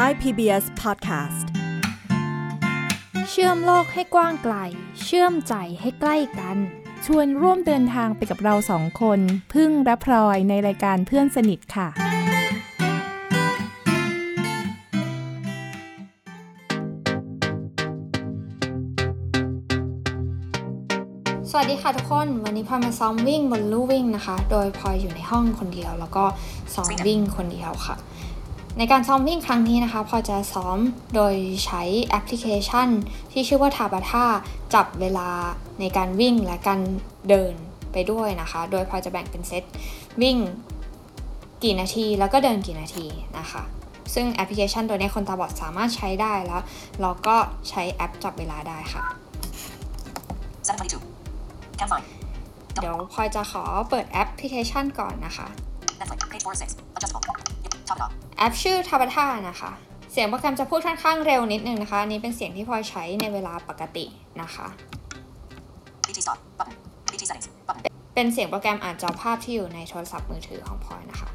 Thai PBS Podcast เชื่อมโลกให้กว้างไกลเชื่อมใจให้ใกล้กันชวนร่วมเดินทางไปกับเราสองคนพึ่งและพลอยในรายการเพื่อนสนิทค่ะสวัสดีค่ะทุกคนวันนี้พลอยมาซ้อมวิ่งบนลู่วิ่งนะคะโดยพลอยอยู่ในห้องคนเดียวแล้วก็ซ้อมวิ่งคนเดียวค่ะในการซ้อมวิ่งครั้งนี้นะคะพลอยจะซ้อมโดยใช้แอปพลิเคชันที่ชื่อว่า Tabata จับเวลาในการวิ่งและการเดินไปด้วยนะคะโดยพลอยจะแบ่งเป็นเซตวิ่งกี่นาทีแล้วก็เดินกี่นาทีนะคะซึ่งแอปพลิเคชันตัวนี้คนตาบอดสามารถใช้ได้แล้วเราก็ใช้แอปจับเวลาได้ค่ะเดี๋ยวพลอยจะขอเปิดแอปพลิเคชันก่อนนะคะแอปชื่อ Tabata นะคะเสียงโปรแกรมจะพูดค่อนข้างเร็วนิดนึงนะคะอันนี้เป็นเสียงที่พลอยใช้ในเวลาปกตินะคะเป็นเสียงโปรแกรมอ่านจอภาพที่อยู่ในโทรศัพท์มือถือของพลอยนะคะ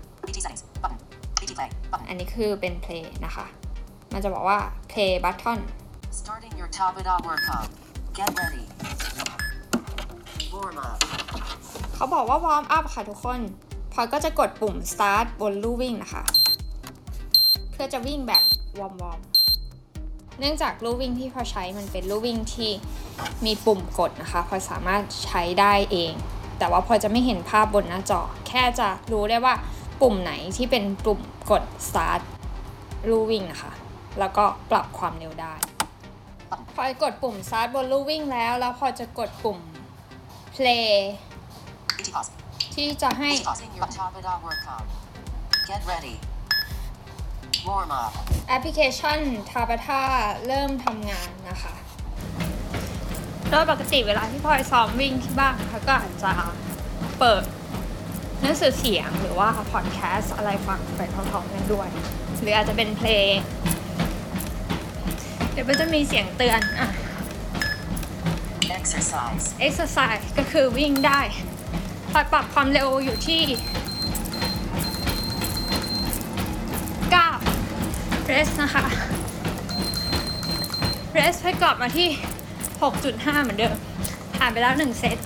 อันนี้คือเป็น play นะคะมันจะบอกว่า play button Starting your Tabata workout. Get ready. Warm up. เขาบอกว่า warm up ค่ะทุกคนพลอยก็จะกดปุ่ม start บนลู่วิ่งนะคะเพื่อจะวิ่งแบบวอร์มเนื่องจากลู่วิ่งที่พลอยใช้มันเป็นลู่วิ่งที่มีปุ่มกดนะคะพลอยสามารถใช้ได้เองแต่ว่าพลอยจะไม่เห็นภาพบนหน้าจอแค่จะรู้ได้ว่าปุ่มไหนที่เป็นปุ่มกด start ลู่วิ่งนะคะแล้วก็ปรับความเร็วได้พลอยกดปุ่ม start บนลู่วิ่งแล้วพลอยจะกดปุ่ม play ที่จะให้ Starting your Tabata workout. Get ready. Warm up. แอปพลิเคชัน Tabata เริ่มทำงานนะคะโดยปกติเวลาที่พลอยซ้อมวิ่งที่บ้านนะคะก็อาจจะเปิดหนังสือเสียงหรือว่าพอดแคสต์อะไรฟังไปพร้อมๆกันด้วยหรืออาจจะเป็นเพลงเดี๋ยวมันจะมีเสียงเตือนexercise ก็คือวิ่งได้พลอยปรับความเร็วอยู่ที่9 rest นะคะ rest ให้กลับมาที่ 6.5 เหมือนเดิมผ่านไปแล้ว1เซต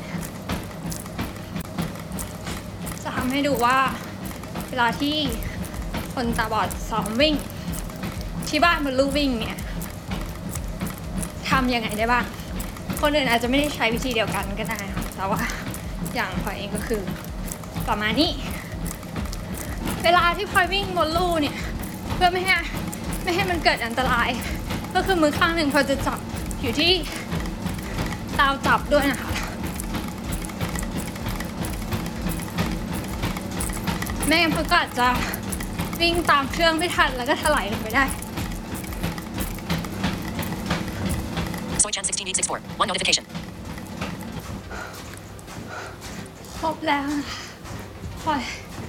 จะทำให้ดูว่าเวลาที่คนตาบอดซ้อมวิ่งที่บ้านบนลู่วิ่งเนี่ยทำยังไงได้บ้างคนอื่นอาจจะไม่ได้ใช้วิธีเดียวกันก็ได้ค่ะแต่ว่าอย่างพลอยเองก็คือประมาณนี้เวลาที่พลอยวิ่งบนลู่เนี่ยเพื่อไม่ให้มันเกิดอันตรายก็คือมือข้างหนึ่งพลอยจะจับอยู่ที่ตาวจับด้วยนะคะไม่งั้นพลอยก็อาจจะวิ่งตามเครื่องไม่ทันแล้วก็ถลายลงไปได้ Soychan 16864. One notification. ครบแล้วพลอย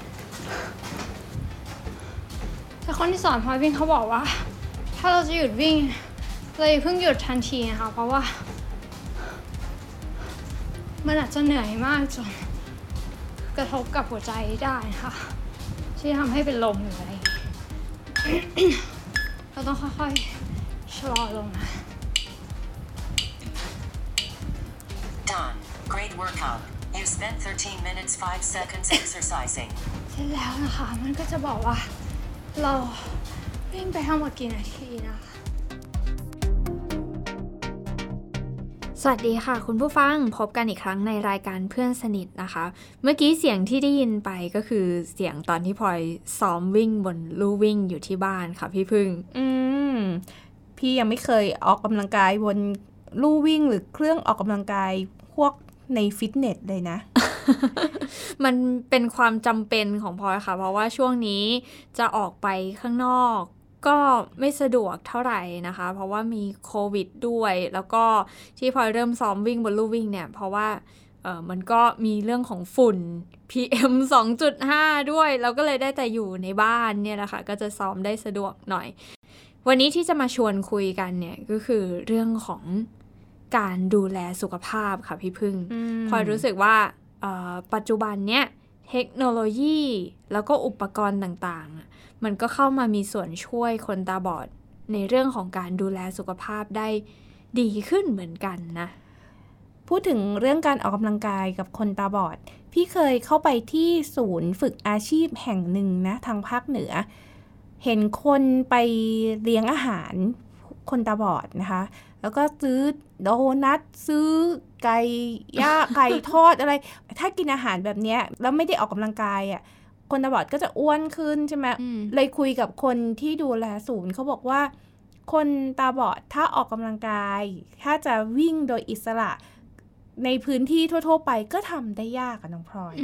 แต่คนที่สอนพลอยวิ่งเขาบอกว่าถ้าเราจะหยุดวิ่งเราอย่าเพิ่งหยุดทันทีนะคะเพราะว่ามันอาจจะเหนื่อยมากจนกระทบกับหัวใจได้นะคะที่ทำให้เป็นลมอยู่อะไร เราต้องค่อยๆชะลอลงนะ Done. Great workout. You spent 13 minutes 5 seconds exercising. เสร็จแล้วนะคะมันก็จะบอกว่าเราวิ่งไปทั้งหมดกี่นาทีนะคะสวัสดีค่ะคุณผู้ฟังพบกันอีกครั้งในรายการเพื่อนสนิทนะคะเมื่อกี้เสียงที่ได้ยินไปก็คือเสียงตอนที่พลอยซ้อมวิ่งบนลู่วิ่งอยู่ที่บ้านค่ะพี่พึ่งพี่ยังไม่เคยออกกำลังกายบนลู่วิ่งหรือเครื่องออกกำลังกายพวกในฟิตเนสเลยนะมันเป็นความจำเป็นของพลอยค่ะเพราะว่าช่วงนี้จะออกไปข้างนอกก็ไม่สะดวกเท่าไหร่นะคะเพราะว่ามีโควิดด้วยแล้วก็ที่พลอยเริ่มซ้อมวิ่งบนลู่วิ่งเนี่ยเพราะว่ามันก็มีเรื่องของฝุ่น PM 2.5 ด้วยเราก็เลยได้แต่อยู่ในบ้านเนี่ยแหละค่ะก็จะซ้อมได้สะดวกหน่อยวันนี้ที่จะมาชวนคุยกันเนี่ยก็คือเรื่องของการดูแลสุขภาพค่ะพี่พึ่งพลอยรู้สึกว่าปัจจุบันเนี่ยเทคโนโลยีแล้วก็อุปกรณ์ต่างๆมันก็เข้ามามีส่วนช่วยคนตาบอดในเรื่องของการดูแลสุขภาพได้ดีขึ้นเหมือนกันนะพูดถึงเรื่องการออกกำลังกายกับคนตาบอดพี่เคยเข้าไปที่ศูนย์ฝึกอาชีพแห่งหนึ่งนะทางภาคเหนือเห็นคนไปเลี้ยงอาหารคนตาบอดนะคะแล้วก็ซื้อโดนัทซื้อไก่ย่างไก่ทอดอะไรถ้ากินอาหารแบบนี้แล้วไม่ได้ออกกำลังกายอ่ะคนตาบอดก็จะอ้วนขึ้นใช่ไหมเลยคุยกับคนที่ดูแลศูนย์เขาบอกว่าคนตาบอดถ้าออกกำลังกายถ้าจะวิ่งโดยอิสระในพื้นที่ทั่วๆไปก็ทำได้ยากอะน้องพลอย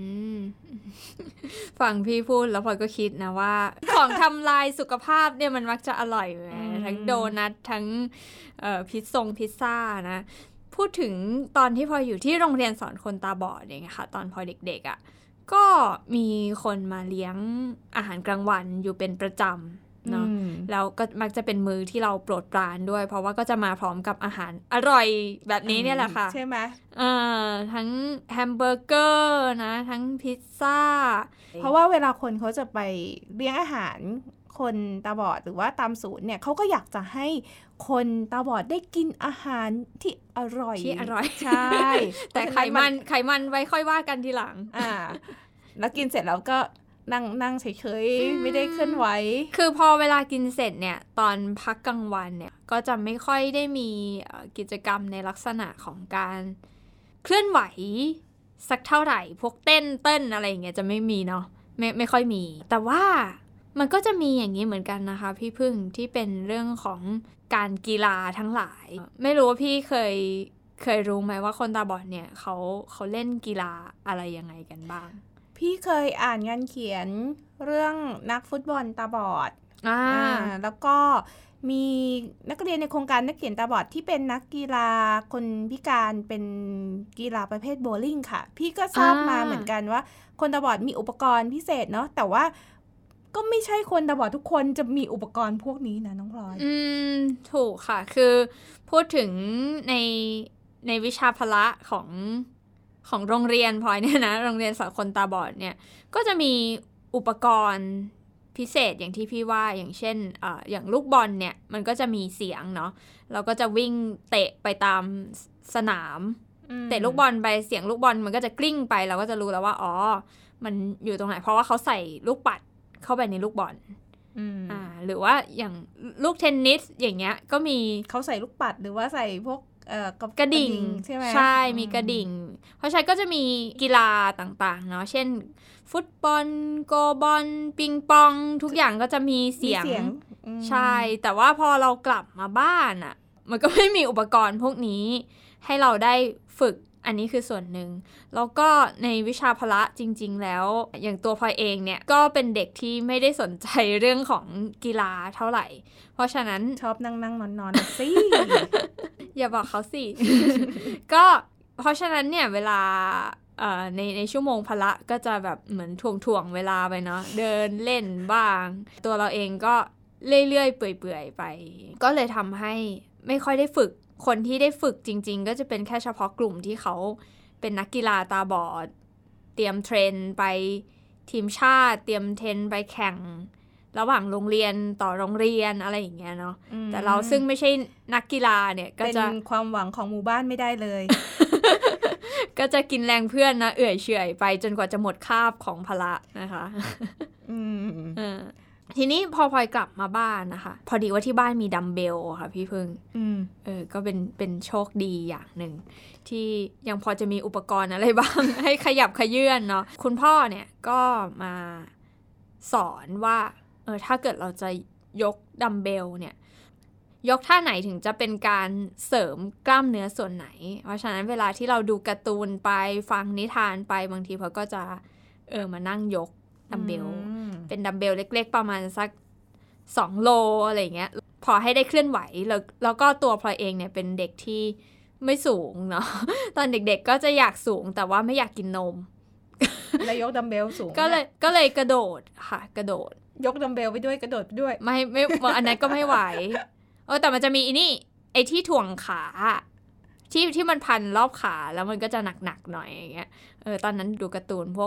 ฟังพี่พูดแล้วพลอยก็คิดนะว่า ของทำลายสุขภาพเนี่ยมันมักจะอร่อยแหมทั้งโดนัททั้งพิซซ่านะพูดถึงตอนที่พลอยอยู่ที่โรงเรียนสอนคนตาบอดเนี่ยค่ะตอนพลอยเด็กๆอ่ะก็มีคนมาเลี้ยงอาหารกลางวันอยู่เป็นประจำเนาะแล้วก็มักจะเป็นมื้อที่เราโปรดปรานด้วยเพราะว่าก็จะมาพร้อมกับอาหารอร่อยแบบนี้เนี่ยแหละค่ะใช่ไหมทั้งแฮมเบอร์เกอร์นะทั้งพิซซ่าเพราะว่าเวลาคนเขาจะไปเลี้ยงอาหารคนตาบอดหรือว่าตามศูนย์เนี่ยเขาก็อยากจะให้คนตาบอดได้กินอาหารที่อร่อยใช่ แต่ไขมันไว้ค่อยว่ากันทีหลังแล้วกินเสร็จแล้วก็นั่งเฉยๆไม่ได้เคลื่อนไหวคือพอเวลากินเสร็จเนี่ยตอนพักกลางวันเนี่ยก็จะไม่ค่อยได้มีกิจกรรมในลักษณะของการเคลื่อนไหวสักเท่าไหร่พวกเต้นอะไรอย่างเงี้ยจะไม่มีเนาะไม่ค่อยมีแต่ว่ามันก็จะมีอย่างนี้เหมือนกันนะคะพี่พึ่งที่เป็นเรื่องของการกีฬาทั้งหลายไม่รู้ว่าพี่เคยรู้ไหมว่าคนตาบอดเนี่ยเขาเล่นกีฬาอะไรยังไงกันบ้างพี่เคยอ่านงานเขียนเรื่องนักฟุตบอลตาบอดแล้วก็มีนักเรียนในโครงการนักเขียนตาบอดที่เป็นนักกีฬาคนพิการเป็นกีฬาประเภทโบว์ลิ่งค่ะพี่ก็ทราบมาเหมือนกันว่าคนตาบอดมีอุปกรณ์พิเศษเนาะแต่ว่าก็ไม่ใช่คนตาบอดทุกคนจะมีอุปกรณ์พวกนี้นะน้องพลอยถูกค่ะคือพูดถึงในวิชาพละของโรงเรียนพลอยเนี่ยนะโรงเรียนสอนคนตาบอดเนี่ยก็จะมีอุปกรณ์พิเศษอย่างที่พี่ว่าอย่างเช่นอย่างลูกบอลเนี่ยมันก็จะมีเสียงเนาะเราก็จะวิ่งเตะไปตามสนามเตะลูกบอลไปเสียงลูกบอลมันก็จะกลิ้งไปเราก็จะรู้แล้วว่าอ๋อมันอยู่ตรงไหนเพราะว่าเขาใส่ลูกปัดเข้าไปในลูกบอลหรือว่าอย่างลูกเทนนิสอย่างเงี้ยก็มีเขาใส่ลูกปัดหรือว่าใส่พวกกระดิ่งใช่ไหมใช่มีกระดิ่งเพราะฉะนั้นก็จะมีกีฬาต่างๆเนาะเช่นฟุตบอลโกบอลปิงปองทุกอย่างก็จะมีเสียงใช่แต่ว่าพอเรากลับมาบ้านอ่ะมันก็ไม่มีอุปกรณ์พวกนี้ให้เราได้ฝึกอันนี้คือส่วนหนึ่งแล้วก็ในวิชาพละจริงๆแล้วอย่างตัวพลอยเองเนี่ยก็เป็นเด็กที่ไม่ได้สนใจเรื่องของกีฬาเท่าไหร่เพราะฉะนั้นชอบนั่งนอนสิอย่าบอกเขาสิ ก็เพราะฉะนั้นเนี่ยเวลาในชั่วโมงพละก็จะแบบเหมือนถ่วงเวลาไปเนาะเดินเล่นบ้างตัวเราเองก็เรื่อยๆเปื่อยๆไปก็เลยทำให้ไม่ค่อยได้ฝึกคนที่ได้ฝึกจริงๆก็จะเป็นแค่เฉพาะกลุ่มที่เขาเป็นนักกีฬาตาบอดเตรียมเทรนไปทีมชาติเตรียมเทรนไปแข่งระหว่างโรงเรียนต่อโรงเรียนอะไรอย่างเงี้ยเนาะแต่เราซึ่งไม่ใช่นักกีฬาเนี่ยก็จะเป็นความหวังของหมู่บ้านไม่ได้เลยก็จะกินแรงเพื่อนนะเอื่อยเฉื่อยไปจนกว่าจะหมดคาบของพละนะคะทีนี้พอพลอยกลับมาบ้านนะคะพอดีว่าที่บ้านมีดัมเบลค่ะพี่พึ่งก็เป็นโชคดีอย่างหนึ่งที่ยังพอจะมีอุปกรณ์อะไรบ้าง ให้ขยับขยื่นเนาะคุณพ่อเนี่ยก็มาสอนว่าถ้าเกิดเราจะยกดัมเบลเนี่ยยกท่าไหนถึงจะเป็นการเสริมกล้ามเนื้อส่วนไหนเพราะฉะนั้นเวลาที่เราดูการ์ตูนไปฟังนิทานไปบางทีพอก็จะมานั่งยกดัมเบลเป็นดัมเบลเล็กๆประมาณสัก2 โลอะไรเงี้ยพอให้ได้เคลื่อนไหวแล้วก็ตัวพลอยเองเนี่ยเป็นเด็กที่ไม่สูงเนาะตอนเด็กๆก็จะอยากสูงแต่ว่าไม่อยากกินนมแล้วยกดัมเบลสูงก็เลยกระโดดค่ะกระโดดยกดัมเบลไปด้วยกระโดดไปด้วยไม่อันนั้นก็ไม่ไหวแต่มันจะมีไอ้ที่ถ่วงขาที่มันพันรอบขาแล้วมันก็จะหนักๆหน่อยอย่างเงี้ยตอนนั้นดูการ์ตูนพวก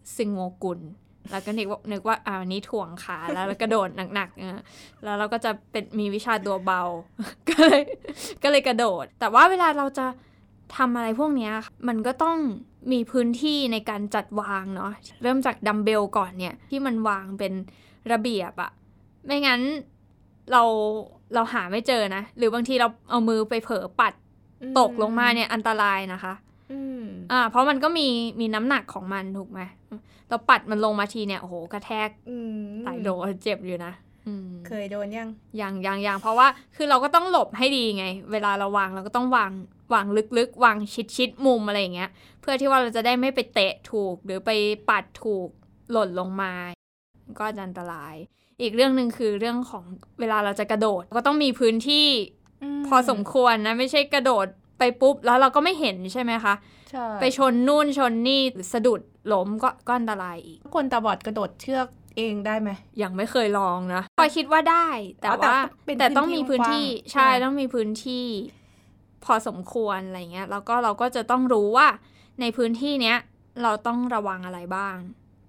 ซึงโงกุลแล้วก็นึกว่านี้ถ่วงขาแล้วกระโดดหนักๆแล้วเราก็จะเป็นมีวิชาตัวเบา ก็เลยกระโดดแต่ว่าเวลาเราจะทำอะไรพวกนี้มันก็ต้องมีพื้นที่ในการจัดวางเนาะเริ่มจากดัมเบลก่อนเนี่ยที่มันวางเป็นระเบียบอะไม่งั้นเราหาไม่เจอนะหรือบางทีเราเอามือไปเผลอปัดตกลงมาเนี่ยอันตรายนะคะเพราะมันก็มีน้ำหนักของมันถูกไหมเราปัดมันลงมาทีเนี่ยโอ้โหกระแทกตายโดนเจ็บอยู่นะเคยโดนยังเพราะว่าคือเราก็ต้องหลบให้ดีไงเวลาเราวางเราก็ต้องวางลึกๆวางชิดมุมอะไรอย่างเงี้ยเพื่อที่ว่าเราจะได้ไม่ไปเตะถูกหรือไปปัดถูกหล่นลงมาก็จะอันตรายอีกเรื่องนึงคือเรื่องของเวลาเราจะกระโดดก็ต้องมีพื้นที่พอสมควรนะไม่ใช่กระโดดไปปุ๊บแล้วเราก็ไม่เห็นใช่ไหมคะใช่ไปชนนู่นชนนี่หรือสะดุดล้มก็อันตรายอีกคนตาบอดกระโดดเชือกเองได้ไหมยังไม่เคยลองนะพอคิดว่าได้แต่ต้องมีพื้นที่ใช่ต้องมีพื้นที่พอสมควรอะไรเงี้ยแล้วก็เราก็จะต้องรู้ว่าในพื้นที่เนี้ยเราต้องระวังอะไรบ้าง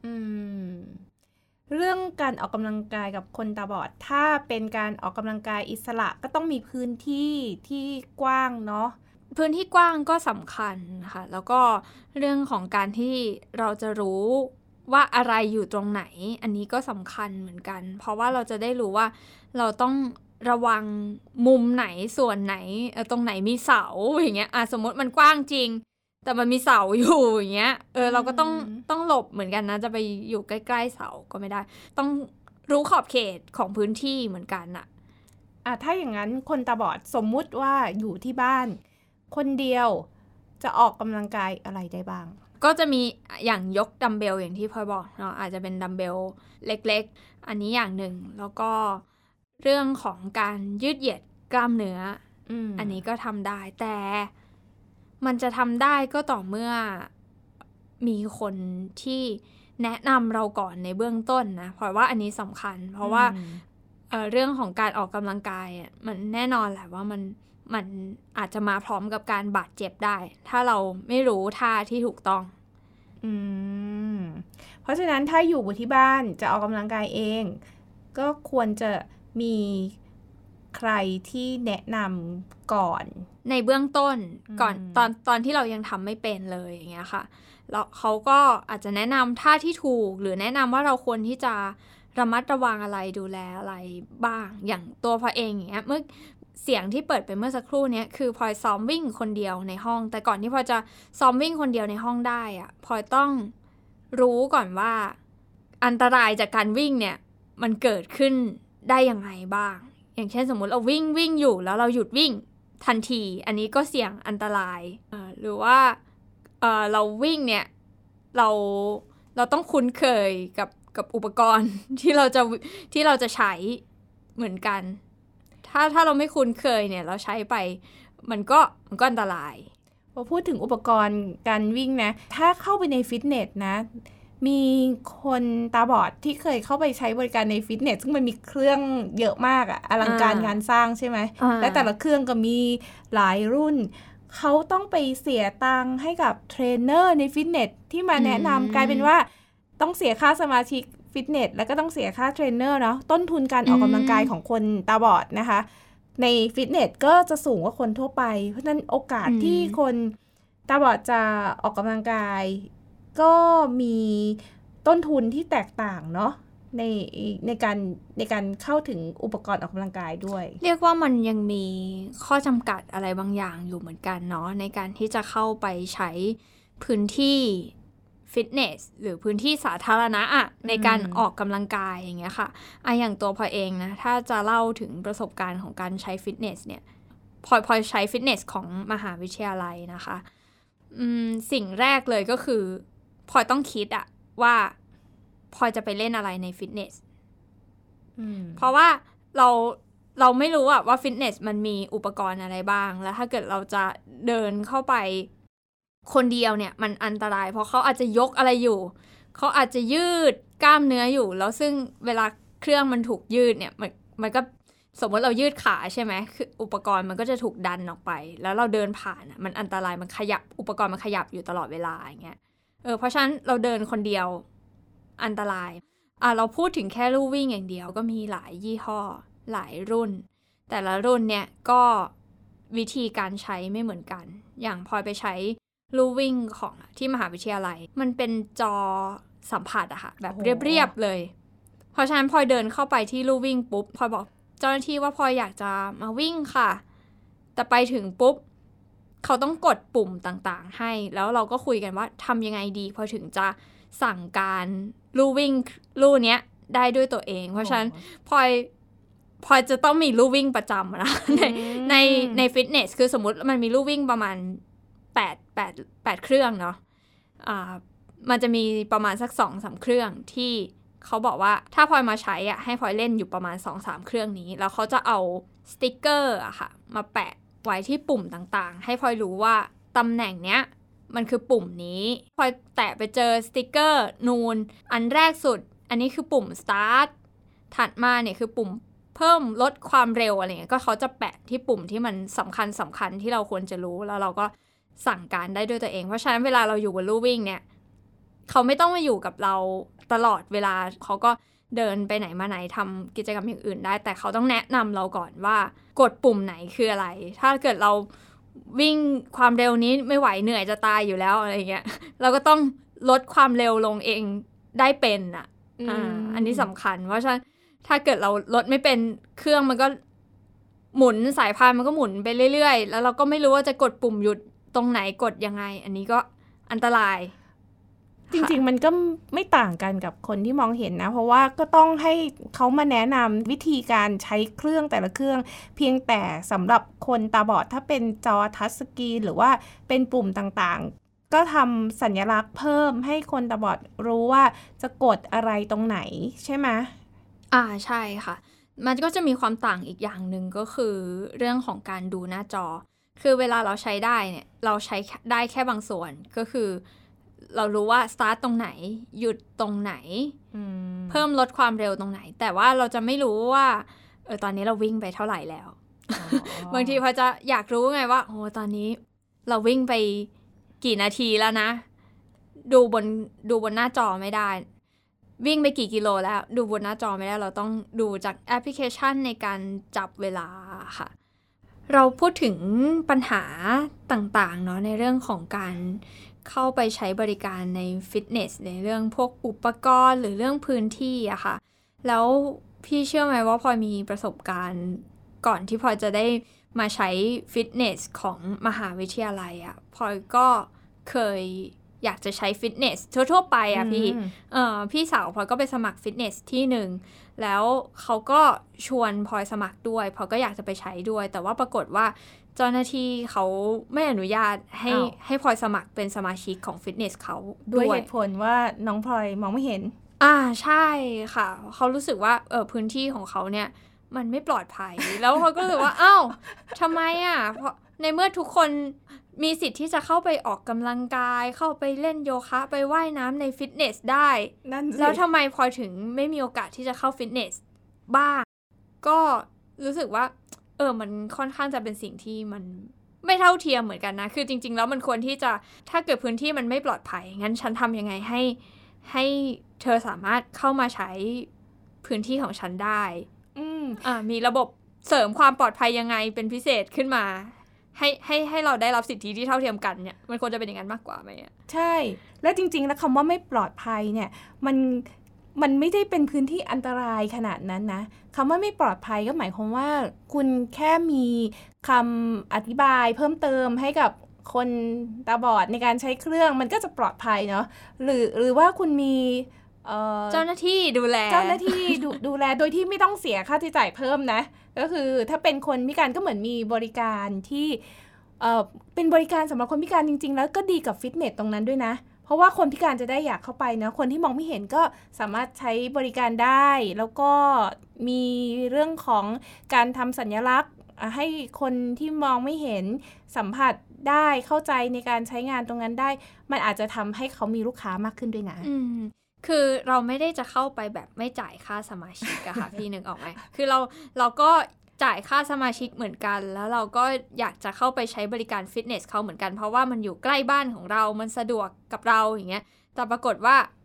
เรื่องการออกกำลังกายกับคนตาบอดถ้าเป็นการออกกำลังกายอิสระก็ต้องมีพื้นที่ที่กว้างเนาะพื้นที่กว้างก็สำคัญค่ะแล้วก็เรื่องของการที่เราจะรู้ว่าอะไรอยู่ตรงไหนอันนี้ก็สำคัญเหมือนกันเพราะว่าเราจะได้รู้ว่าเราต้องระวังมุมไหนส่วนไหนตรงไหนมีเสาอย่างเงี้ยสมมติมันกว้างจริงแต่มันมีเสาอยู่อย่างเงี้ยเราก็ต้องหลบเหมือนกันนะจะไปอยู่ใกล้ๆเสาก็ไม่ได้ต้องรู้ขอบเขตของพื้นที่เหมือนกันถ้าอย่างนั้นคนตาบอดสมมุติว่าอยู่ที่บ้านคนเดียวจะออกกำลังกายอะไรได้บ้างก็จะมีอย่างยกดัมเบลอย่างที่พลอยบอกเนาะอาจจะเป็นดัมเบลเล็กๆอันนี้อย่างหนึ่งแล้วก็เรื่องของการยืดเหยียดกล้ามเนื้ออันนี้ก็ทำได้แต่มันจะทำได้ก็ต่อเมื่อมีคนที่แนะนำเราก่อนในเบื้องต้นนะเพราะว่าอันนี้สำคัญเพราะว่าเรื่องของการออกกำลังกายมันแน่นอนแหละว่ามันอาจจะมาพร้อมกับการบาดเจ็บได้ถ้าเราไม่รู้ท่าที่ถูกต้องเพราะฉะนั้นถ้าอยู่ที่บ้านจะออกกำลังกายเองก็ควรจะมีใครที่แนะนำก่อนในเบื้องต้นก่อนตอนที่เรายังทำไม่เป็นเลยอย่างเงี้ยค่ะแล้วเขาก็อาจจะแนะนำท่าที่ถูกหรือแนะนำว่าเราควรที่จะระมัดระวังอะไรดูแลอะไรบ้างอย่างตัวพอเองอย่างเงี้ยเมื่อเสียงที่เปิดไปเมื่อสักครู่นี้คือพลอยซ้อมวิ่งคนเดียวในห้องแต่ก่อนที่พลอยจะซ้อมวิ่งคนเดียวในห้องได้พลอยต้องรู้ก่อนว่าอันตรายจากการวิ่งเนี่ยมันเกิดขึ้นได้ยังไงบ้างอย่างเช่นสมมุติเราวิ่งอยู่แล้วเราหยุดวิ่งทันทีอันนี้ก็เสี่ยงอันตรายหรือว่าเราวิ่งเนี่ยเราต้องคุ้นเคยกับอุปกรณ์ที่เราจะใช้เหมือนกันถ้าเราไม่คุ้นเคยเนี่ยเราใช้ไปมันก็อันตรายพอพูดถึงอุปกรณ์การวิ่งนะถ้าเข้าไปในฟิตเนสนะมีคนตาบอดที่เคยเข้าไปใช้บริการในฟิตเนสซึ่งมันมีเครื่องเยอะมากอลังการงานสร้างใช่ไหมและแต่ละเครื่องก็มีหลายรุ่นเขาต้องไปเสียตังค์ให้กับเทรนเนอร์ในฟิตเนสที่มาแนะนำกลายเป็นว่าต้องเสียค่าสมาชิกฟิตเนสแล้วก็ต้องเสียค่าเทรนเนอร์เนาะต้นทุนการออกกำลังกายของคนตาบอดนะคะในฟิตเนสก็จะสูงกว่าคนทั่วไปเพราะฉะนั้นโอกาสที่คนตาบอดจะออกกำลังกายก็มีต้นทุนที่แตกต่างเนาะในการเข้าถึงอุปกรณ์ออกกำลังกายด้วยเรียกว่ามันยังมีข้อจำกัดอะไรบางอย่างอยู่เหมือนกันเนาะในการที่จะเข้าไปใช้พื้นที่ฟิตเนสหรือพื้นที่สาธารณะในการออกกำลังกายอย่างเงี้ยค่ะอย่างตัวพอเองนะถ้าจะเล่าถึงประสบการณ์ของการใช้ฟิตเนสเนี่ยพอใช้ฟิตเนสของมหาวิทยาลัยนะคะสิ่งแรกเลยก็คือพอต้องคิดว่าพอจะไปเล่นอะไรในฟิตเนสเพราะว่าเราไม่รู้ว่าฟิตเนสมันมีอุปกรณ์อะไรบ้างแล้วถ้าเกิดเราจะเดินเข้าไปคนเดียวเนี่ยมันอันตรายเพราะเขาอาจจะยกอะไรอยู่เขาอาจจะยืดกล้ามเนื้ออยู่แล้วซึ่งเวลาเครื่องมันถูกยืดเนี่ยมันก็สมมติเรายืดขาใช่ไหมคืออุปกรณ์มันก็จะถูกดันออกไปแล้วเราเดินผ่านมันอันตรายมันขยับอุปกรณ์มันขยับอยู่ตลอดเวลาอย่างเงี้ยเพราะฉะนั้นเราเดินคนเดียวอันตรายเราพูดถึงแค่ลู่วิ่งอย่างเดียวก็มีหลายยี่ห้อหลายรุ่นแต่ละรุ่นเนี่ยก็วิธีการใช้ไม่เหมือนกันอย่างพลอยไปใช้ลู่วิ่งของที่มหาวิทยาลัยมันเป็นจอสัมผัสอะค่ะแบบเรียบๆเลยเพราะฉะนั้นพลอยเดินเข้าไปที่ลู่วิ่งปุ๊บพลอยบอกเจ้าหน้าที่ว่าพลอยอยากจะมาวิ่งค่ะแต่ไปถึงปุ๊บเขาต้องกดปุ่มต่างๆให้แล้วเราก็คุยกันว่าทำยังไงดีพอถึงจะสั่งการลู่วิ่งลู่เนี้ยได้ด้วยตัวเองเพราะฉะนั้นพลอยจะต้องมีลู่วิ่งประจำนะในฟิตเนสคือสมมุติมันมีลู่วิ่งประมาณ8เครื่องเนาะมันจะมีประมาณสัก 2-3 เครื่องที่เขาบอกว่าถ้าพลอยมาใช้อ่ะให้พลอยเล่นอยู่ประมาณ 2-3 เครื่องนี้แล้วเขาจะเอาสติ๊กเกอร์อะค่ะมาแปะไว้ที่ปุ่มต่างๆให้พลอยรู้ว่าตำแหน่งเนี้ยมันคือปุ่มนี้พลอยแตะไปเจอสติ๊กเกอร์นูนอันแรกสุดอันนี้คือปุ่ม start ถัดมาเนี่ยคือปุ่มเพิ่มลดความเร็วอะไรเงี้ยก็เขาจะแปะที่ปุ่มที่มันสำคัญที่เราควรจะรู้แล้วเราก็สั่งการได้ด้วยตัวเองเพราะฉะนั้นเวลาเราอยู่บนลู่วิ่งเนี่ยเขาไม่ต้องมาอยู่กับเราตลอดเวลาเขาก็เดินไปไหนมาไหนทำกิจกรรมอย่างอื่นได้แต่เขาต้องแนะนำเราก่อนว่ากดปุ่มไหนคืออะไรถ้าเกิดเราวิ่งความเร็วนี้ไม่ไหวเหนื่อยจะตายอยู่แล้วอะไรเงี้ยเราก็ต้องลดความเร็วลงเองได้เป็นอันนี้สำคัญเพราะฉะนั้นถ้าเกิดเราลดไม่เป็นเครื่องมันก็หมุนสายพานมันก็หมุนไปเรื่อยๆแล้วเราก็ไม่รู้ว่าจะกดปุ่มหยุดตรงไหนกดยังไงอันนี้ก็อันตรายจริงๆมันก็ไม่ต่างกันกับคนที่มองเห็นนะเพราะว่าก็ต้องให้เขามาแนะนำวิธีการใช้เครื่องแต่ละเครื่องเพียงแต่สำหรับคนตาบอดถ้าเป็นจอทัชสกรีนหรือว่าเป็นปุ่มต่างๆก็ทำสัญลักษณ์เพิ่มให้คนตาบอดรู้ว่าจะกดอะไรตรงไหนใช่ไหมใช่ค่ะมันก็จะมีความต่างอีกอย่างหนึ่งก็คือเรื่องของการดูหน้าจอคือเวลาเราใช้ได้เนี่ยเราใช้ได้แค่บางส่วนก็คือเรารู้ว่าสตาร์ทตรงไหนหยุดตรงไหนเพิ่มลดความเร็วตรงไหนแต่ว่าเราจะไม่รู้ว่าตอนนี้เราวิ่งไปเท่าไหร่แล้ว บางทีพอจะอยากรู้ไงว่าโอ้ตอนนี้เราวิ่งไปกี่นาทีแล้วนะดูบนหน้าจอไม่ได้วิ่งไปกี่กิโลแล้วดูบนหน้าจอไม่ได้เราต้องดูจากแอปพลิเคชันในการจับเวลาค่ะเราพูดถึงปัญหาต่างๆเนาะในเรื่องของการเข้าไปใช้บริการในฟิตเนสในเรื่องพวกอุปกรณ์หรือเรื่องพื้นที่อะค่ะแล้วพี่เชื่อไหมว่าพลอยมีประสบการณ์ก่อนที่พลอยจะได้มาใช้ฟิตเนสของมหาวิทยาลัยอะพลอยก็เคยอยากจะใช้ฟิตเนสทั่วๆไปอะพี่สาวพลอยก็ไปสมัครฟิตเนสที่หนึ่งแล้วเขาก็ชวนพลอยสมัครด้วยพลอยก็อยากจะไปใช้ด้วยแต่ว่าปรากฏว่าเจ้าหน้าที่เขาไม่อนุญาตให้พลอยสมัครเป็นสมาชิกของฟิตเนสเขาด้วยเหตุผลว่าน้องพลอยมองไม่เห็นใช่ค่ะเขารู้สึกว่าพื้นที่ของเขาเนี่ยมันไม่ปลอดภัย แล้วเขาก็รู้สึกว่าอ้าวทำไมเพราะในเมื่อทุกคนมีสิทธิ์ที่จะเข้าไปออกกำลังกายเข้าไปเล่นโยคะไปว่ายน้ำในฟิตเนสได้แล้วทำไมพลอยถึงไม่มีโอกาสที่จะเข้าฟิตเนสบ้างก็รู้สึกว่ามันค่อนข้างจะเป็นสิ่งที่มันไม่เท่าเทียมเหมือนกันนะคือจริงๆแล้วมันควรที่จะถ้าเกิดพื้นที่มันไม่ปลอดภัยงั้นฉันทำยังไงให้เธอสามารถเข้ามาใช้พื้นที่ของฉันได้มีระบบเสริมความปลอดภัยยังไงเป็นพิเศษขึ้นมาให้เราได้รับสิทธิที่เท่าเทียมกันเนี่ยมันควรจะเป็นอย่างนั้นมากกว่าไหมใช่และจริงๆแล้วคำว่าไม่ปลอดภัยเนี่ยมันไม่ได้เป็นพื้นที่อันตรายขนาดนั้นนะคำว่าไม่ปลอดภัยก็หมายความว่าคุณแค่มีคำอธิบายเพิ่มเติมให้กับคนตาบอดในการใช้เครื่องมันก็จะปลอดภัยเนาะหรือว่าคุณมีเจ้าหน้าที่ดูแลดูแลโดยที่ไม่ต้องเสียค่าใช้จ่ายเพิ่มนะก็คือถ้าเป็นคนพิการก็เหมือนมีบริการที่เป็นบริการสำหรับคนพิการจริงๆแล้วก็ดีกับฟิตเนสตรงนั้นด้วยนะเพราะว่าคนพิการจะได้อยากเข้าไปนะคนที่มองไม่เห็นก็สามารถใช้บริการได้แล้วก็มีเรื่องของการทำสัญลักษณ์ให้คนที่มองไม่เห็นสัมผัสได้เข้าใจในการใช้งานตรงนั้นได้มันอาจจะทำให้เขามีลูกค้ามากขึ้นด้วยนะคือเราไม่ได้จะเข้าไปแบบไม่จ่ายค่าสมาชิกอะค่ะ พี่นึกออกไหมคือเราก็จ่ายค่าสมาชิกเหมือนกันแล้วเราก็อยากจะเข้าไปใช้บริการฟิตเนสเขาเหมือนกันเพราะว่ามันอยู่ใกล้บ้านของเรามันสะดวกกับเราอย่างเงี้ยแต่ปรากฏว่า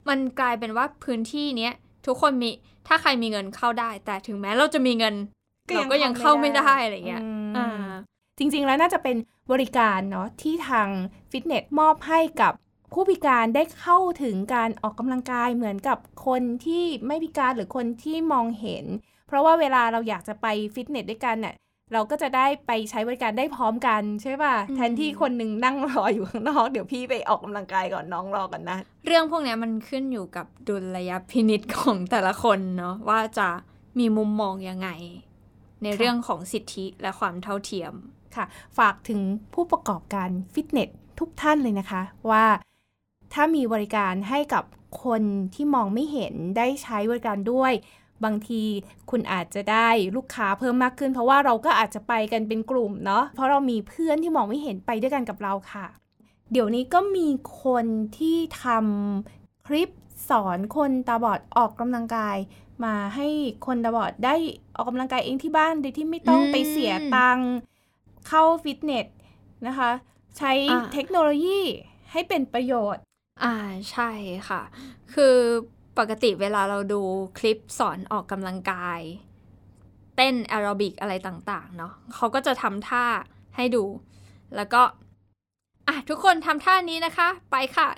มันกลายเป็นว่าพื้นที่เนี้ยทุกคนมีถ้าใครมีเงินเข้าได้แต่ถึงแม้เราจะมีเงินเราก็ยังเข้าไม่ได้อะไรเงี้ยจริงๆแล้วน่าจะเป็นบริการเนาะที่ทางฟิตเนสมอบให้กับผู้พิการได้เข้าถึงการออกกำลังกายเหมือนกับคนที่ไม่พิการหรือคนที่มองเห็นเพราะว่าเวลาเราอยากจะไปฟิตเนสด้วยกันเนี่ยเราก็จะได้ไปใช้บริการได้พร้อมกันใช่ป่ะแทนที่คนนึงนั่งรออยู่ข้างนอกเดี๋ยวพี่ไปออกกำลังกายก่อนน้องรอกันนะเรื่องพวกนี้มันขึ้นอยู่กับดุลยพินิจของแต่ละคนเนาะว่าจะมีมุมมองยังไงในเรื่องของสิทธิและความเท่าเทียมค่ะฝากถึงผู้ประกอบการฟิตเนสทุกท่านเลยนะคะว่าถ้ามีบริการให้กับคนที่มองไม่เห็นได้ใช้บริการด้วยบางทีคุณอาจจะได้ลูกค้าเพิ่มมากขึ้นเพราะว่าเราก็อาจจะไปกันเป็นกลุ่มเนาะเพราะเรามีเพื่อนที่มองไม่เห็นไปด้วยกันกับเราค่ะเดี๋ยวนี้ก็มีคนที่ทำคลิปสอนคนตาบอดออกกำลังกายมาให้คนตาบอดได้ออกกำลังกายเองที่บ้านโดยที่ไม่ต้องไปเสียตังค์เข้าฟิตเนสนะคะใช้เทคโนโลยีให้เป็นประโยชน์ใช่ค่ะคือปกติเวลาเราดูคลิปสอนออกกำลังกายเต้นแอโรบิกอะไรต่างๆเนาะเขาก็จะทำท่าให้ดูแล้วก็ทุกคนทำท่านี้นะคะไปค่ะ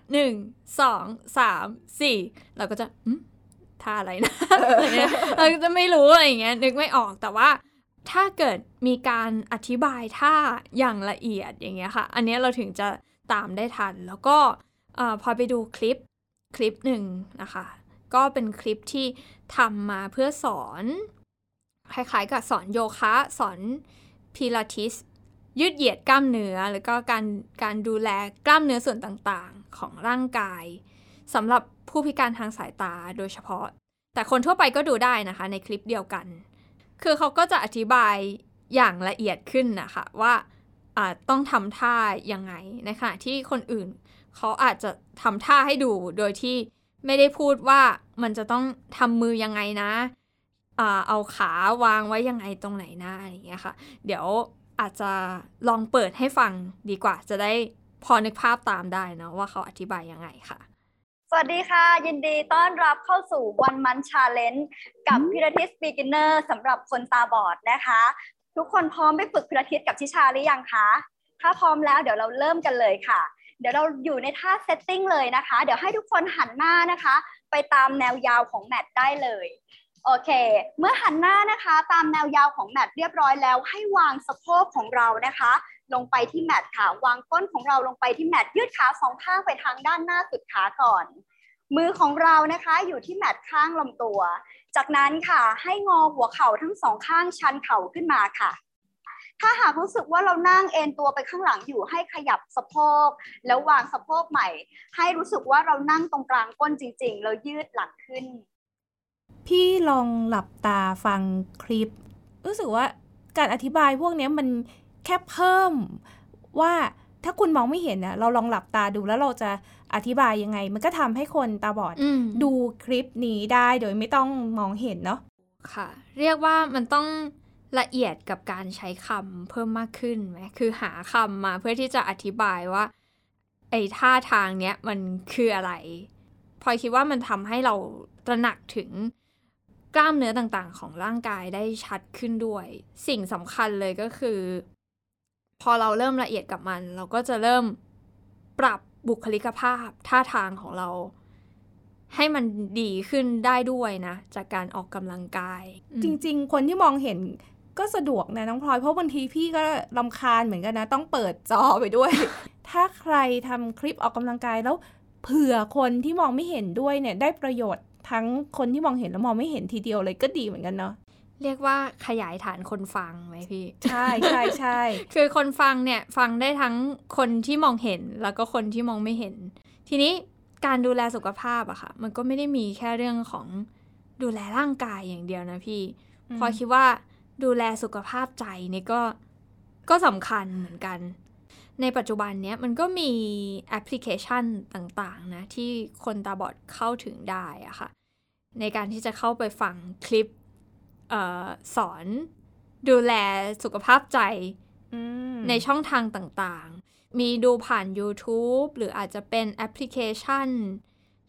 1 2 3 4เราก็จะท่าอะไรนะ เราก็จะไม่รู้อะไรอย่างเงี้ยนึกไม่ออกแต่ว่าถ้าเกิดมีการอธิบายท่าอย่างละเอียดอย่างเงี้ยค่ะอันนี้เราถึงจะตามได้ทันแล้วก็พอไปดูคลิปหนึ่งนะคะก็เป็นคลิปที่ทำมาเพื่อสอนคล้ายๆกับสอนโยคะสอนพิลาทิสยืดเหยียดกล้ามเนื้อแล้วก็การดูแลกล้ามเนื้อส่วนต่างๆของร่างกายสำหรับผู้พิการทางสายตาโดยเฉพาะแต่คนทั่วไปก็ดูได้นะคะในคลิปเดียวกันคือเขาก็จะอธิบายอย่างละเอียดขึ้นนะคะว่าต้องทำท่ายังไงในขณะที่คนอื่นเขาอาจจะทำท่าให้ดูโดยที่ไม่ได้พูดว่ามันจะต้องทำมือยังไงนะเอาขาวางไว้ยังไงตรงไหนนะอะไรอย่างเงี้ยค่ะเดี๋ยวอาจจะลองเปิดให้ฟังดีกว่าจะได้พอนึกภาพตามได้นะว่าเขาอธิบายยังไงค่ะสวัสดีค่ะยินดีต้อนรับเข้าสู่ One Month Challenge กับพิลาทิส Beginner สำหรับคนตาบอดนะคะทุกคนพร้อมไปฝึกพิลาทิสกับทิชาหรือยังคะถ้าพร้อมแล้วเดี๋ยวเราเริ่มกันเลยค่ะเดี๋ยวเราอยู่ในท่าเซตติ้งเลยนะคะเดี๋ยวให้ทุกคนหันหน้านะคะไปตามแนวยาวของแมตได้เลยโอเคเมื่อหันหน้านะคะตามแนวยาวของแมตเรียบร้อยแล้วให้วางสะโพกของเรานะคะลงไปที่แมตค่ะวางก้นของเราลงไปที่แมตยืดขาสองข้างไปทางด้านหน้าสุดขาก่อนมือของเรานะคะอยู่ที่แมตข้างลำตัวจากนั้นค่ะให้งอหัวเข่าทั้งสองข้างชันเข่าขึ้นมาค่ะถ้าหากรู้สึกว่าเรานั่งเอนตัวไปข้างหลังอยู่ให้ขยับสะโพกแล้ววางสะโพกใหม่ให้รู้สึกว่าเรานั่งตรงกลางก้นจริงๆแล้วยืดหลังขึ้นพี่ลองหลับตาฟังคลิปรู้สึกว่าการอธิบายพวกนี้มันแค่เพิ่มว่าถ้าคุณมองไม่เห็นนะเราลองหลับตาดูแล้วเราจะอธิบายยังไงมันก็ทำให้คนตาบอดดูคลิปนี้ได้โดยไม่ต้องมองเห็นเนาะค่ะเรียกว่ามันต้องละเอียดกับการใช้คำเพิ่มมากขึ้นไหมคือหาคำมาเพื่อที่จะอธิบายว่าไอ้ท่าทางเนี้ยมันคืออะไรพลอยคิดว่ามันทำให้เราตระหนักถึงกล้ามเนื้อต่างๆของร่างกายได้ชัดขึ้นด้วยสิ่งสำคัญเลยก็คือพอเราเริ่มละเอียดกับมันเราก็จะเริ่มปรับบุคลิกภาพท่าทางของเราให้มันดีขึ้นได้ด้วยนะจากการออกกำลังกายจริงๆคนที่มองเห็นก็สะดวกนะน้องพลอยเพราะบางทีพี่ก็รำคาญเหมือนกันนะต้องเปิดจอไปด้วย ถ้าใครทำคลิปออกกำลังกายแล้วเผื่อคนที่มองไม่เห็นด้วยเนี่ยได้ประโยชน์ทั้งคนที่มองเห็นและมองไม่เห็นทีเดียวเลยก็ดีเหมือนกันเนาะเรียกว่าขยายฐานคนฟังไหมพี่ใช่ใช่ใช่คือคนฟังเนี่ยฟังได้ทั้งคนที่มองเห็นแล้วก็คนที่มองไม่เห็นทีนี้การดูแลสุขภาพอะค่ะมันก็ไม่ได้มีแค่เรื่องของดูแลร่างกายอย่างเดียวนะพี่พอคิดว่าดูแลสุขภาพใจนี่ก็สำคัญเหมือนกันในปัจจุบันเนี้ยมันก็มีแอปพลิเคชันต่างๆนะที่คนตาบอดเข้าถึงได้อะค่ะในการที่จะเข้าไปฟังคลิปสอนดูแลสุขภาพใจในช่องทางต่างๆมีดูผ่าน YouTube หรืออาจจะเป็นแอปพลิเคชัน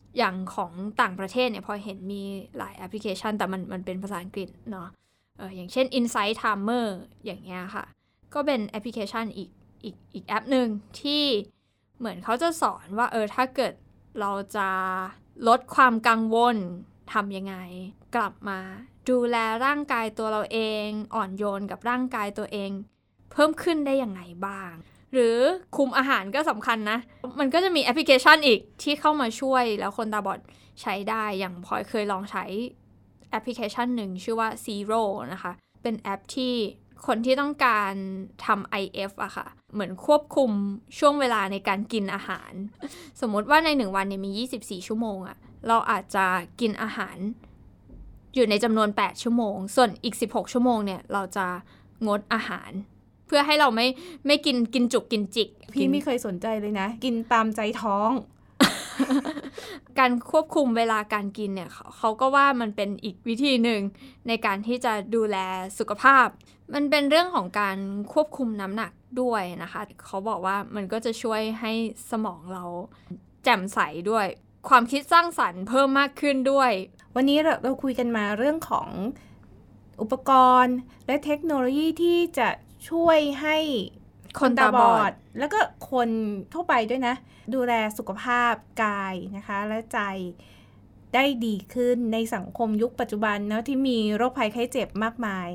อย่างของต่างประเทศเนี่ยพอเห็นมีหลายแอปพลิเคชันแต่มันเป็นภาษาอังกฤษเนาะอย่างเช่น Insight Timer อย่างเงี้ยค่ะก็เป็นแอปพลิเคชันอีกแอปหนึ่งที่เหมือนเขาจะสอนว่าถ้าเกิดเราจะลดความกังวลทำยังไงกลับมาดูแลร่างกายตัวเราเองอ่อนโยนกับร่างกายตัวเองเพิ่มขึ้นได้ยังไงบ้างหรือคุมอาหารก็สำคัญนะมันก็จะมีแอปพลิเคชันอีกที่เข้ามาช่วยแล้วคนตาบอดใช้ได้อย่างพลอยเคยลองใช้แอปพลิเคชันหนึ่งชื่อว่า Zero นะคะเป็นแอปที่คนที่ต้องการทำ IF อะค่ะเหมือนควบคุมช่วงเวลาในการกินอาหารสมมติว่าใน1วันเนี่ยมี24ชั่วโมงอะเราอาจจะกินอาหารอยู่ในจำนวน8ชั่วโมงส่วนอีก16ชั่วโมงเนี่ยเราจะงดอาหารเพื่อให้เราไม่กินจุกกินจิกพี่ไม่เคยสนใจเลยนะกินตามใจท้องการควบคุมเวลาการกินเนี่ยเขาก็ว่ามันเป็นอีกวิธีหนึ่งในการที่จะดูแลสุขภาพมันเป็นเรื่องของการควบคุมน้ำหนักด้วยนะคะเขาบอกว่ามันก็จะช่วยให้สมองเราแจ่มใสด้วยความคิดสร้างสรรค์เพิ่มมากขึ้นด้วยวันนี้เราคุยกันมาเรื่องของอุปกรณ์และเทคโนโลยีที่จะช่วยให้คนตาบอดแล้วก็คนทั่วไปด้วยนะดูแลสุขภาพกายนะคะและใจได้ดีขึ้นในสังคมยุคปัจจุบันนะที่มีโรคภัยไข้เจ็บมากมาย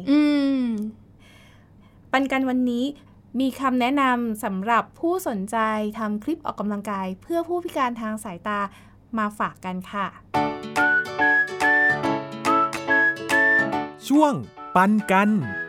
ปันกันวันนี้มีคำแนะนำสำหรับผู้สนใจทำคลิปออกกำลังกายเพื่อผู้พิการทางสายตามาฝากกันค่ะช่วงปันกัน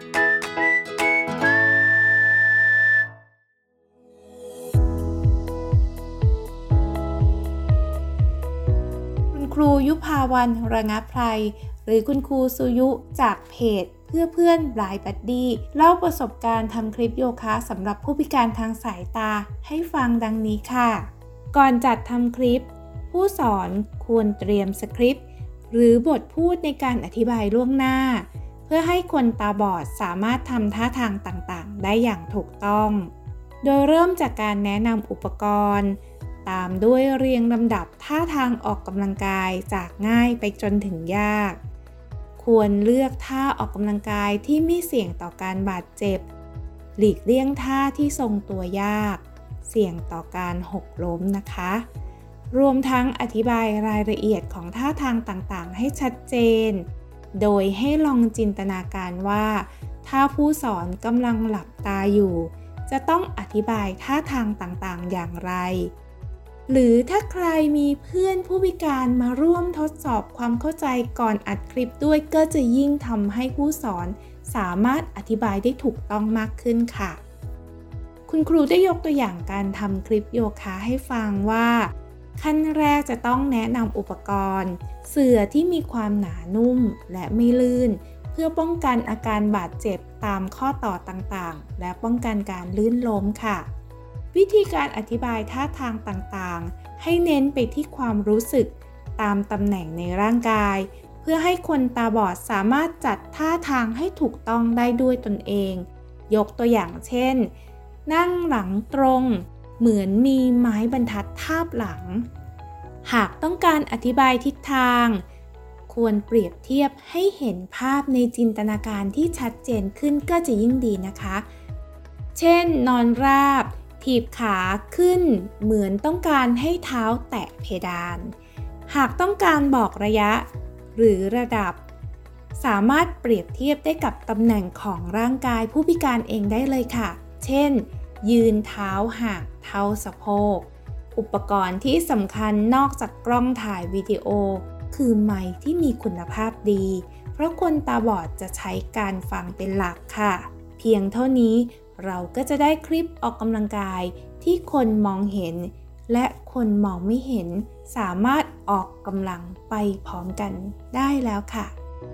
ครูยุภาวรรณระงับไพรหรือคุณครูสุยุจากเพจเพื่อเพื่อนบลายบัดดี้เล่าประสบการณ์ทำคลิปโยคะสำหรับผู้พิการทางสายตาให้ฟังดังนี้ค่ะก่อนจัดทำคลิปผู้สอนควรเตรียมสคริปต์หรือบทพูดในการอธิบายล่วงหน้าเพื่อให้คนตาบอดสามารถทำท่าทางต่างๆได้อย่างถูกต้องโดยเริ่มจากการแนะนำอุปกรณ์ตามด้วยเรียงลำดับท่าทางออกกำลังกายจากง่ายไปจนถึงยากควรเลือกท่าออกกำลังกายที่ไม่เสี่ยงต่อการบาดเจ็บหลีกเลี่ยงท่าที่ทรงตัวยากเสี่ยงต่อการหกล้มนะคะรวมทั้งอธิบายรายละเอียดของท่าทางต่างๆให้ชัดเจนโดยให้ลองจินตนาการว่าถ้าผู้สอนกำลังหลับตาอยู่จะต้องอธิบายท่าทางต่างๆอย่างไรหรือถ้าใครมีเพื่อนผู้พิการมาร่วมทดสอบความเข้าใจก่อนอัดคลิปด้วยก็จะยิ่งทำให้ผู้สอนสามารถอธิบายได้ถูกต้องมากขึ้นค่ะคุณครูได้ยกตัวอย่างการทำคลิปโยคะให้ฟังว่าขั้นแรกจะต้องแนะนำอุปกรณ์เสื่อที่มีความหนานุ่มและไม่ลื่นเพื่อป้องกันอาการบาดเจ็บตามข้อต่อต่างๆและป้องกันการลื่นล้มค่ะวิธีการอธิบายท่าทางต่างๆให้เน้นไปที่ความรู้สึกตามตำแหน่งในร่างกายเพื่อให้คนตาบอดสามารถจัดท่าทางให้ถูกต้องได้ด้วยตนเองยกตัวอย่างเช่นนั่งหลังตรงเหมือนมีไม้บรรทัดทาบหลังหากต้องการอธิบายทิศทางควรเปรียบเทียบให้เห็นภาพในจินตนาการที่ชัดเจนขึ้นก็จะยิ่งดีนะคะเช่นนอนราบถีบขาขึ้นเหมือนต้องการให้เท้าแตะเพดานหากต้องการบอกระยะหรือระดับสามารถเปรียบเทียบได้กับตำแหน่งของร่างกายผู้พิการเองได้เลยค่ะเช่นยืนเท้าห่างเท่าสะโพกอุปกรณ์ที่สำคัญนอกจากกล้องถ่ายวิดีโอคือไมค์ที่มีคุณภาพดีเพราะคนตาบอดจะใช้การฟังเป็นหลักค่ะเพียงเท่านี้เราก็จะได้คลิปออกกำลังกายที่คนมองเห็นและคนมองไม่เห็นสามารถออกกำลังไปพร้อมกันได้แล้วค่ะ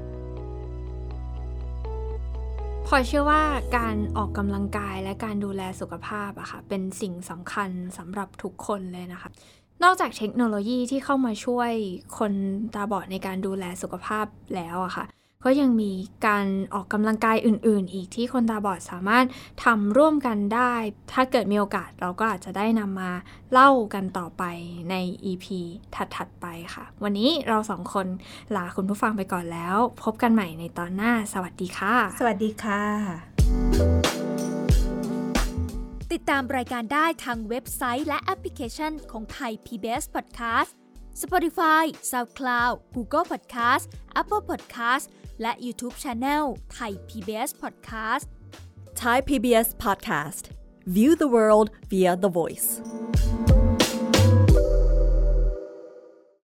พอเชื่อว่าการออกกำลังกายและการดูแลสุขภาพอะค่ะเป็นสิ่งสำคัญสำหรับทุกคนเลยนะคะนอกจากเทคโนโลยีที่เข้ามาช่วยคนตาบอดในการดูแลสุขภาพแล้วอะค่ะก็ยังมีการออกกำลังกายอื่นๆอีกที่คนตาบอดสามารถทำร่วมกันได้ถ้าเกิดมีโอกาสเราก็อาจจะได้นำมาเล่ากันต่อไปใน EP ถัดๆไปค่ะวันนี้เราสองคนลาคุณผู้ฟังไปก่อนแล้วพบกันใหม่ในตอนหน้าสวัสดีค่ะสวัสดีค่ะติดตามรายการได้ทางเว็บไซต์และแอปพลิเคชันของไทย PBS Podcast Spotify SoundCloud Google Podcast Apple Podcast และ YouTube Channel Thai PBS Podcast Thai PBS Podcast. View the world via the voice.